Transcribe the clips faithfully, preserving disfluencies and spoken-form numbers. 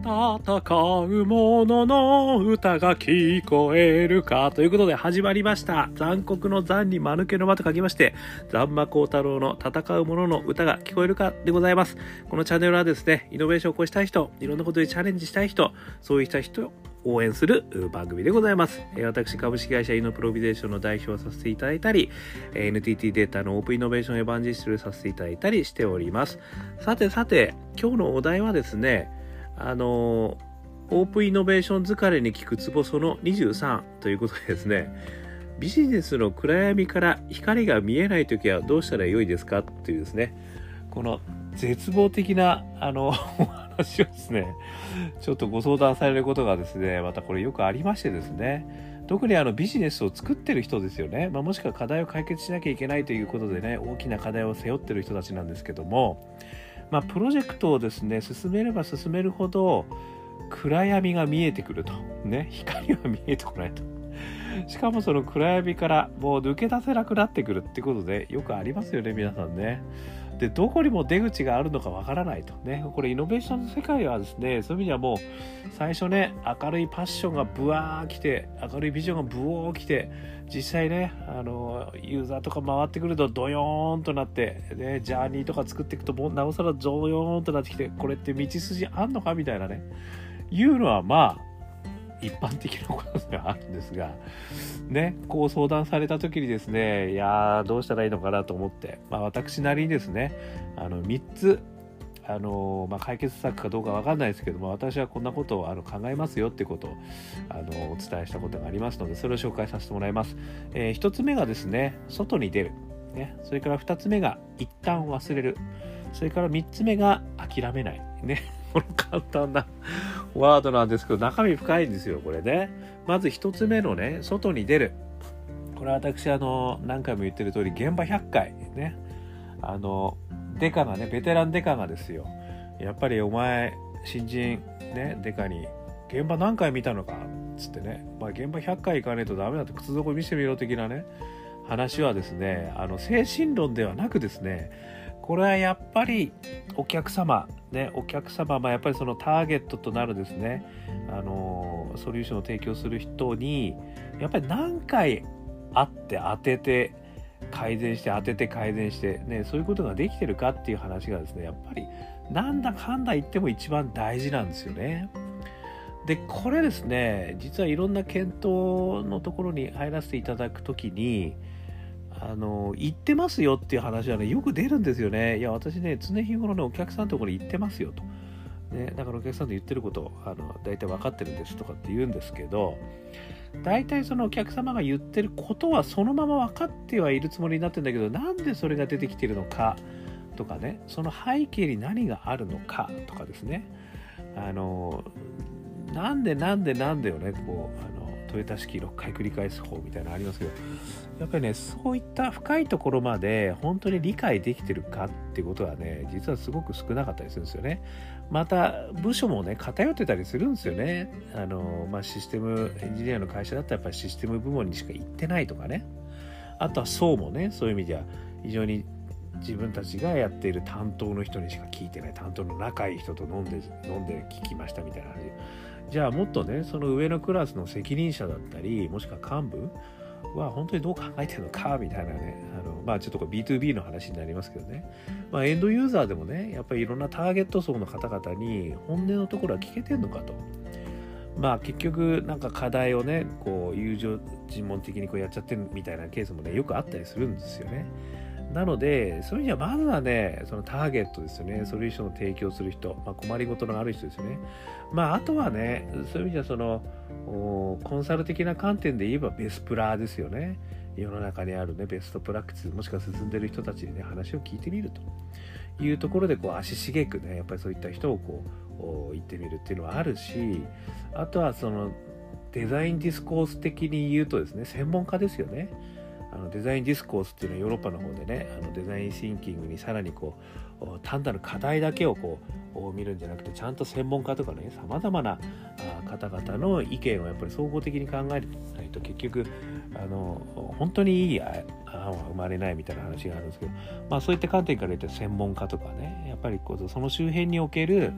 う者の歌が聞こえるかということで始まりました。残酷の残に間抜けの間と書きまして、残魔高太郎の戦う者の歌が聞こえるかでございます。このチャンネルはですね、イノベーションを起こしたい人、いろんなことでチャレンジしたい人、そういった人を応援する番組でございます。私、株式会社イノプロビゼーションの代表をさせていただいたり、エヌティーティー データのオープンイノベーションエヴァンジェリストをさせていただいたりしております。さてさて、今日のお題はですね、あのオープンイノベーション疲れに効くツボそのにじゅうさんということでですね、ビジネスの暗闇から光が見えないときはどうしたらよいですかっていうですね、この絶望的なあのお話をですね、ちょっとご相談されることがですね、またこれよくありましてですね、特にあのビジネスを作ってる人ですよね、まあ、もしくは課題を解決しなきゃいけないということでね、大きな課題を背負ってる人たちなんですけども、まあ、プロジェクトをですね進めれば進めるほど暗闇が見えてくるとね、光は見えてこないと、しかもその暗闇からもう抜け出せなくなってくるってことでよくありますよね、皆さんね。で、どこにも出口があるのかわからないとね、これイノベーションの世界はですね、そういう意味ではもう最初ね、明るいパッションがブワー来て、明るいビジョンがブオー来て、実際ね、あのユーザーとか回ってくるとドヨーンとなって、ね、ジャーニーとか作っていくともうなおさらドヨーンとなってきて、これって道筋あんのかみたいなね、いうのはまあ一般的なことではあるんですがね、こう相談された時にですね、いやーどうしたらいいのかなと思って、まあ、私なりにですね、あのみっつあの、まあ、解決策かどうかわかんないですけども、私はこんなことをあの考えますよっていうことをあのお伝えしたことがありますので、それを紹介させてもらいます。えー、ひとつめがですね、外に出る、ね、それからふたつめが一旦忘れる、それからみっつめが諦めないね。この簡単なワードなんですけど、中身深いんですよこれね。まず一つ目のね、外に出る、これは私あの何回も言ってる通り、現場ひゃっかいね、あのデカがね、ベテランデカがですよ、やっぱりお前新人ねデカに現場何回見たのかっつってね、まあ、現場ひゃっかい行かねえとダメだって、靴底見せてみろ的なね話はですね、あの精神論ではなくですね、これはやっぱりお客様ね、お客様、まあ、やっぱりそのターゲットとなるですね、あのソリューションを提供する人にやっぱり何回会って当てて改善して当てて改善してね、そういうことができてるかっていう話がですね、やっぱりなんだかんだ言っても一番大事なんですよね。で、これですね、実はいろんな検討のところに入らせていただくときに、あの言ってますよっていう話はね、よく出るんですよね。いや私ね、常日頃ね、お客さんのところに行ってますよと、ね、だからお客さんの言ってることあの大体分かってるんですとかって言うんですけど、大体そのお客様が言ってることはそのまま分かってはいるつもりになってるんだけど、なんでそれが出てきてるのかとかね、その背景に何があるのかとかですね、あのなんでなんでなんでをね、こうあのトヨタ式ろっかい繰り返す方みたいなのありますけど、やっぱりね、そういった深いところまで本当に理解できてるかっていうことはね、実はすごく少なかったりするんですよね。また部署もね、偏ってたりするんですよね。あの、まあ、システムエンジニアの会社だったらやっぱりシステム部門にしか行ってないとかね、あとは層もね、そういう意味では非常に自分たちがやっている担当の人にしか聞いてない、担当の仲いい人と飲んで飲んで聞きましたみたいな話。じゃあもっとね、その上のクラスの責任者だったり、もしくは幹部は本当にどう考えてるのかみたいなね、あのまあちょっとこう ビーツービー の話になりますけどね、まあエンドユーザーでもね、やっぱりいろんなターゲット層の方々に本音のところは聞けてんのかと。まあ結局なんか課題をね、こう友情尋問的にこうやっちゃってるみたいなケースもね、よくあったりするんですよね。なのでそういう意味ではまずはね、そのターゲットですよね、ソリューションを提供する人、まあ、困りごとのある人ですよね。まああとはね、そういう意味ではそのコンサル的な観点で言えばベスプラですよね。世の中にあるね、ベストプラクティス、もしくは進んでる人たちにね、話を聞いてみるというところで、こう足しげくね、やっぱりそういった人をこう言ってみるっていうのはあるし、あとはそのデザインディスコース的に言うとですね、専門家ですよね。あのデザインディスコースっていうのはヨーロッパの方でね、あのデザインシンキングにさらにこう単なる課題だけをこう見るんじゃなくて、ちゃんと専門家とかね、さまざまな方々の意見をやっぱり総合的に考えないと、結局あの本当にいい案は生まれないみたいな話があるんですけど、まあそういった観点から言って専門家とかね、やっぱりこうその周辺における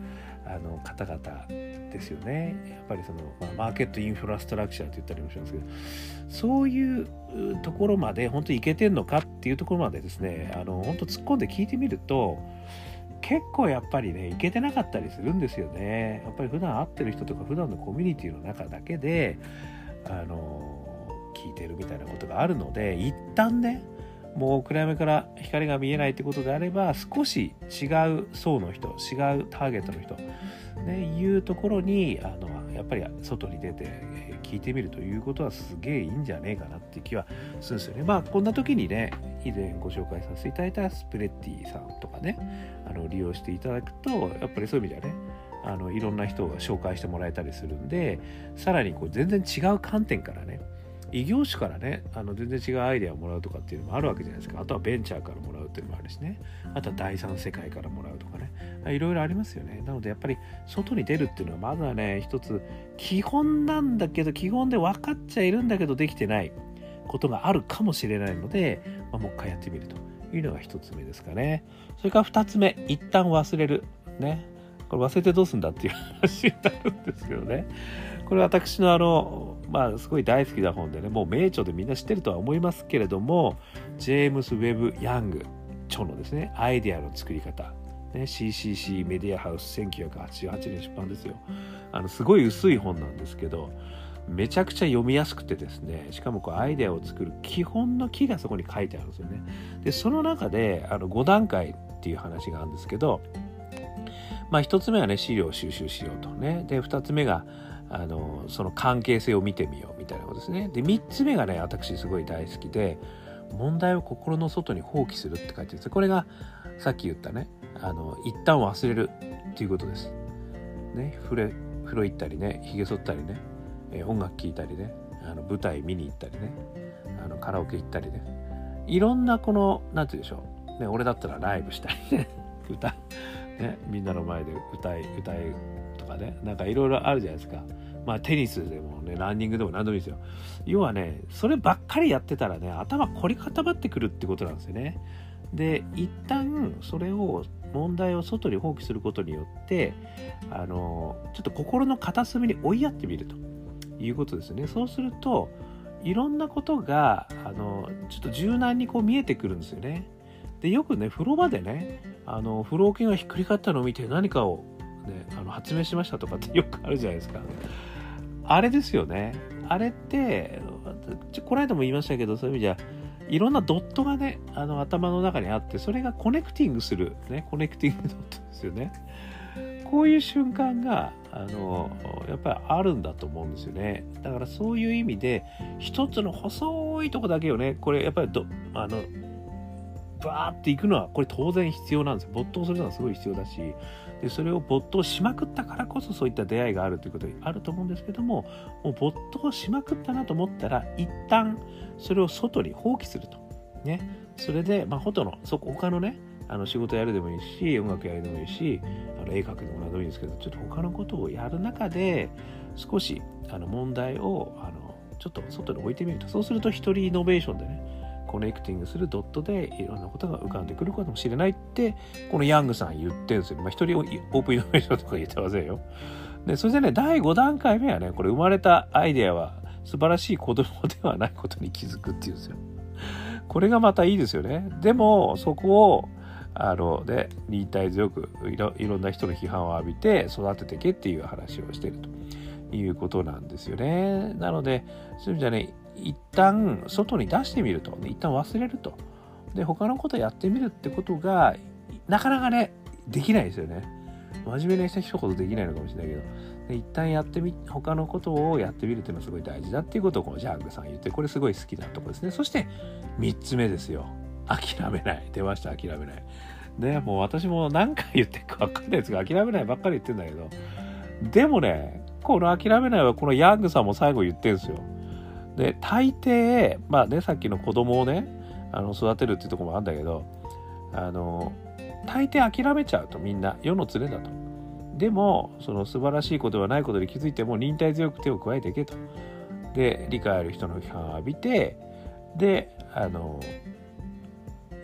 あの方々ですよね。やっぱりその、まあ、マーケットインフラストラクチャーって言ったりもしますけど、そういうところまで本当にいけてんのかっていうところまでですね、あの本当突っ込んで聞いてみると結構やっぱりねいけてなかったりするんですよね。やっぱり普段会ってる人とか普段のコミュニティの中だけであの聞いてるみたいなことがあるので、一旦ねもう暗闇から光が見えないってことであれば少し違う層の人、違うターゲットの人ねいうところにあのやっぱり外に出て聞いてみるということはすげえいいんじゃねえかなっていう気はするんですよね。まあこんな時にね以前ご紹介させていただいたスプレッティさんとかねあの利用していただくとやっぱりそういう意味ではねあのいろんな人を紹介してもらえたりするんで、さらにこう全然違う観点からね異業種からねあの全然違うアイデアをもらうとかっていうのもあるわけじゃないですか。あとはベンチャーからもらうっていうのもあるしね、あとは第三世界からもらうとかね、いろいろありますよね。なのでやっぱり外に出るっていうのはまずはね一つ基本なんだけど、基本で分かっちゃいるんだけどできてないことがあるかもしれないので、まあ、もう一回やってみるというのが一つ目ですかね。それから二つ目、一旦忘れるね。これ忘れてどうすんだっていう話になるんですけどね。これ私のあのまあすごい大好きな本でね、もう名著でみんな知ってるとは思いますけれども、ジェームス・ウェブ・ヤング著のですねアイデアの作り方、ね、シーシーシー メディアハウスせんきゅうひゃくはちじゅうはちねん出版ですよ。あのすごい薄い本なんですけどめちゃくちゃ読みやすくてですね、しかもこうアイデアを作る基本の木がそこに書いてあるんですよね。でその中であのご段階っていう話があるんですけど、まあ一つ目はね資料を収集しようとね、で二つ目があのその関係性を見てみようみたいなことですね。でみっつめがね私すごい大好きで、問題を心の外に放棄するって書いてるんです。これがさっき言ったねあの一旦忘れるっていうことですね。風呂風呂行ったりね、ひげ剃ったりね、えー、音楽聴いたりね、あの舞台見に行ったりね、あのカラオケ行ったりね、いろんなこのなんて言うんでしょうね、俺だったらライブしたりね歌ね、みんなの前で歌い歌いとかね、なんかいろいろあるじゃないですか。まあテニスでもねランニングでも何でもいいですよ。要はねそればっかりやってたらね頭凝り固まってくるってことなんですよね。で一旦それを問題を外に放棄することによってあのちょっと心の片隅に追いやってみるということですね。そうするといろんなことがあのちょっと柔軟にこう見えてくるんですよね。でよくね風呂場でねあの風呂桶がひっくり返ったのを見て何かを、ね、あの発明しましたとかってよくあるじゃないですか。あれですよね。あれってこの間も言いましたけど、そういう意味じゃいろんなドットがねあの頭の中にあって、それがコネクティングするねコネクティングドットですよね。こういう瞬間があのやっぱりあるんだと思うんですよね。だからそういう意味で一つの細いとこだけをねこれやっぱりどあのバーっていくのはこれ当然必要なんですよ。没頭するのはすごい必要だし、でそれを没頭しまくったからこそそういった出会いがあるということあると思うんですけども、もう没頭しまくったなと思ったら一旦それを外に放棄するとね。それでまあ他のそこ他のねあの仕事やるでもいいし、音楽やるでもいいし、あの絵描くでも何でもいいんですけど、ちょっと他のことをやる中で少しあの問題をあのちょっと外に置いてみると、そうすると一人イノベーションでねコネクティングするドットでいろんなことが浮かんでくるかもしれないってこのヤングさん言ってるんですよ。まあ一人オープンイノベーションとか言ってませんよ。でそれでねだいご段階目はねこれ生まれたアイデアは素晴らしい子供ではないことに気づくっていうんですよ。これがまたいいですよね。でもそこをあので忍耐強くいろいろんな人の批判を浴びて育てていけっていう話をしているということなんですよね。なのでそういう意味じゃね一旦外に出してみると、一旦忘れると、で他のことやってみるってことがなかなかねできないですよね。真面目な人一言できないのかもしれないけど、で一旦やってみ他のことをやってみるっていうのはすごい大事だっていうことをこのジャングさん言って、これすごい好きなところですね。そしてみっつめですよ。諦めない。出ました、諦めない。でもう私も何回言ってるか分かんないですが、諦めないばっかり言ってるんだけど、でもねこの諦めないはこのヤングさんも最後言ってるんですよ。で大抵まあねさっきの子供をねあの育てるっていうところもあるんだけど、あの大抵諦めちゃうとみんな世の常だと。でもその素晴らしいことではないことに気づいても忍耐強く手を加えていけと。で理解ある人の批判を浴びて、であの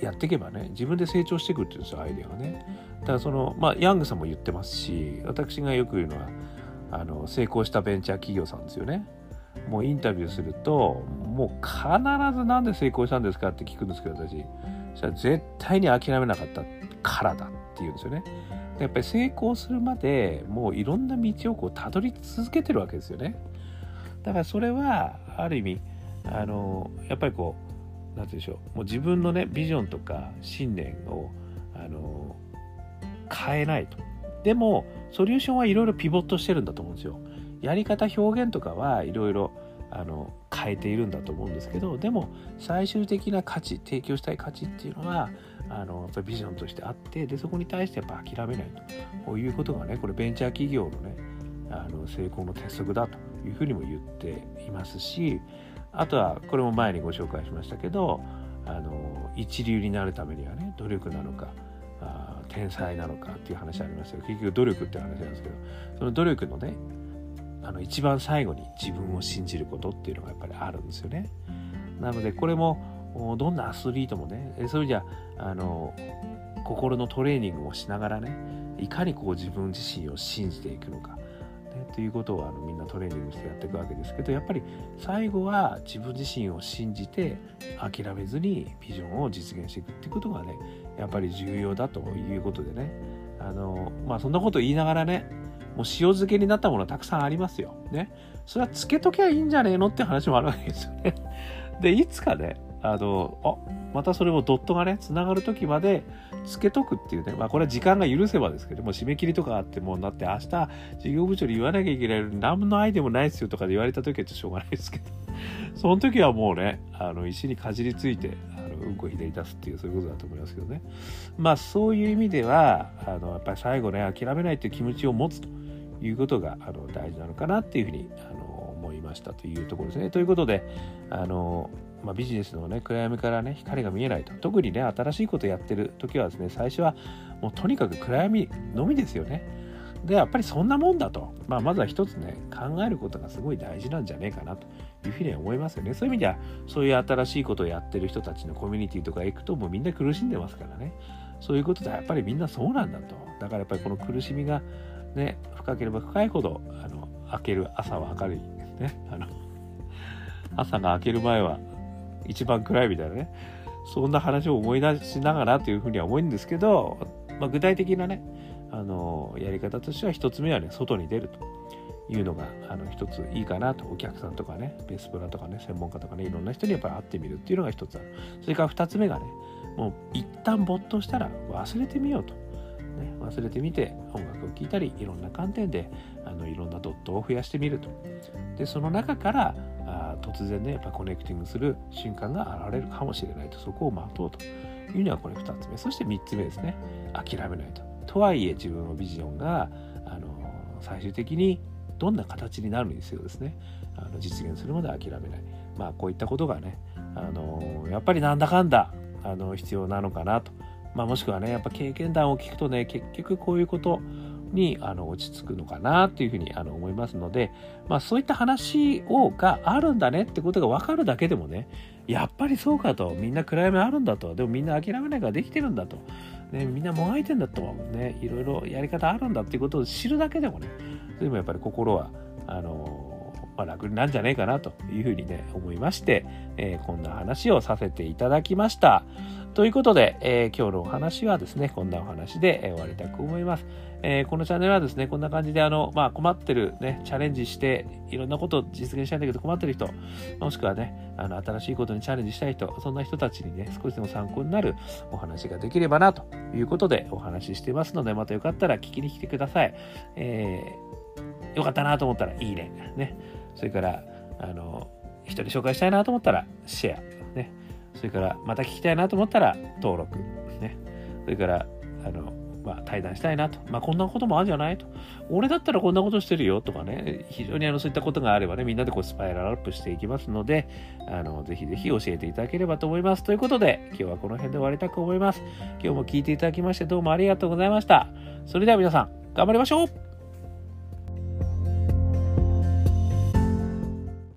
やっていけばね、自分で成長してくるっていうんですよ、アイデアがね。だからその、まあ、ヤングさんも言ってますし、私がよく言うのは、あの成功したベンチャー企業さんですよね。もうインタビューすると、もう必ずなんで成功したんですかって聞くんですけど、私、そしたら絶対に諦めなかったからだって言うんですよね。やっぱり成功するまでもういろんな道をこうたどり続けてるわけですよね。だからそれはある意味あのやっぱりこうなんて言うんでしょう、もう自分のねビジョンとか信念をあの変えないと。でもソリューションはいろいろピボットしてるんだと思うんですよ。やり方表現とかはいろいろあの変えているんだと思うんですけど、でも最終的な価値、提供したい価値っていうのはあのやっぱりビジョンとしてあって、でそこに対してやっぱ諦めないと、こういうことがね、これベンチャー企業のねあの成功の鉄則だというふうにも言っていますし、あとはこれも前にご紹介しましたけど、あの一流になるためにはね、努力なのかあ天才なのかっていう話ありましたけど、結局努力って話なんですけど、その努力のねあの一番最後に自分を信じることっていうのがやっぱりあるんですよね。なのでこれもどんなアスリートもね、それじゃあの心のトレーニングをしながらね、いかにこう自分自身を信じていくのか、ね、ということをあのみんなトレーニングしてやっていくわけですけど、やっぱり最後は自分自身を信じて諦めずにビジョンを実現していくっていうことがね、やっぱり重要だということでね、あのまあそんなこと言いながらね、もう塩漬けになったものはたくさんありますよ。ね。それは漬けときゃいいんじゃねえのって話もあるわけですよね。で、いつかね、あの、あ、またそれもドットがね、つながるときまで漬けとくっていうね、まあこれは時間が許せばですけども、締め切りとかあってもうなって明日事業部長に言わなきゃいけないのに何のアイデアもないですよとかで言われたときはちょっとしょうがないですけど、その時はもうね、あの石にかじりついて、あのうんこひねり出すっていうそういうことだと思いますけどね。まあそういう意味では、あのやっぱり最後ね、諦めないという気持ちを持つということがあの大事なのかなっていうふうにあの思いましたというところですね。ということで、あの、まあ、ビジネスのね暗闇からね光が見えないと、特にね新しいことをやってる時はですね、最初はもうとにかく暗闇のみですよね。でやっぱりそんなもんだと、まあ、まずは一つね考えることがすごい大事なんじゃねえかなというふうに思いますよね。そういう意味ではそういう新しいことをやってる人たちのコミュニティとか行くともうみんな苦しんでますからね。そういうことでやっぱりみんなそうなんだと。だからやっぱりこの苦しみがね深ければ深いほどあの明ける朝は明るいね、あの朝が明ける前は一番暗いみたいなね、そんな話を思い出しながらというふうには思うんですけど、まあ、具体的なねあのやり方としては一つ目はね外に出るというのがあの一ついいかなと。お客さんとかねベースプラとかね専門家とかねいろんな人にやっぱり会ってみるっていうのが一つある。それから二つ目がねもう一旦没頭したら忘れてみようと、ね、忘れてみて音楽を聴いたりいろんな観点であのいろんなドットを増やしてみると。でその中からあ突然ねやっぱコネクティングする瞬間が現れるかもしれないと、そこを待とうというのはこれふたつめ。そしてみっつめですね、諦めないと。とはいえ自分のビジョンがあの最終的にどんな形になるにせよですね、あの実現するまで諦めない。まあこういったことがねあのやっぱりなんだかんだあの必要なのかなと。まあもしくはねやっぱ経験談を聞くとね結局こういうことにあの落ち着くのかなっていうふうにあの思いますので、まあそういった話をがあるんだねってことが分かるだけでもね、やっぱりそうかと、みんな暗闇あるんだと、でもみんな諦めないからできてるんだと、ね、みんなもがいてんだとね、いろいろやり方あるんだっていうことを知るだけでもね、それでもやっぱり心はあのまあ、楽になるんじゃないかなというふうにね思いまして、えー、こんな話をさせていただきました。ということで、えー、今日のお話はですねこんなお話で、えー、終わりたく思います。えー、このチャンネルはですねこんな感じであの、まあ、困ってるねチャレンジしていろんなことを実現したいんだけど困ってる人、もしくはねあの新しいことにチャレンジしたい人、そんな人たちにね少しでも参考になるお話ができればなということでお話ししてますので、またよかったら聞きに来てください。えー、よかったなと思ったらいいねね、それからあの人に紹介したいなと思ったらシェアね、それからまた聞きたいなと思ったら登録ね、それからあのまあ対談したいなと、まあこんなこともあるんじゃないと、俺だったらこんなことしてるよとかね、非常にあのそういったことがあればねみんなでこうスパイラルアップしていきますので、あのぜひぜひ教えていただければと思います。ということで今日はこの辺で終わりたく思います。今日も聞いていただきましてどうもありがとうございました。それでは皆さん頑張りましょう。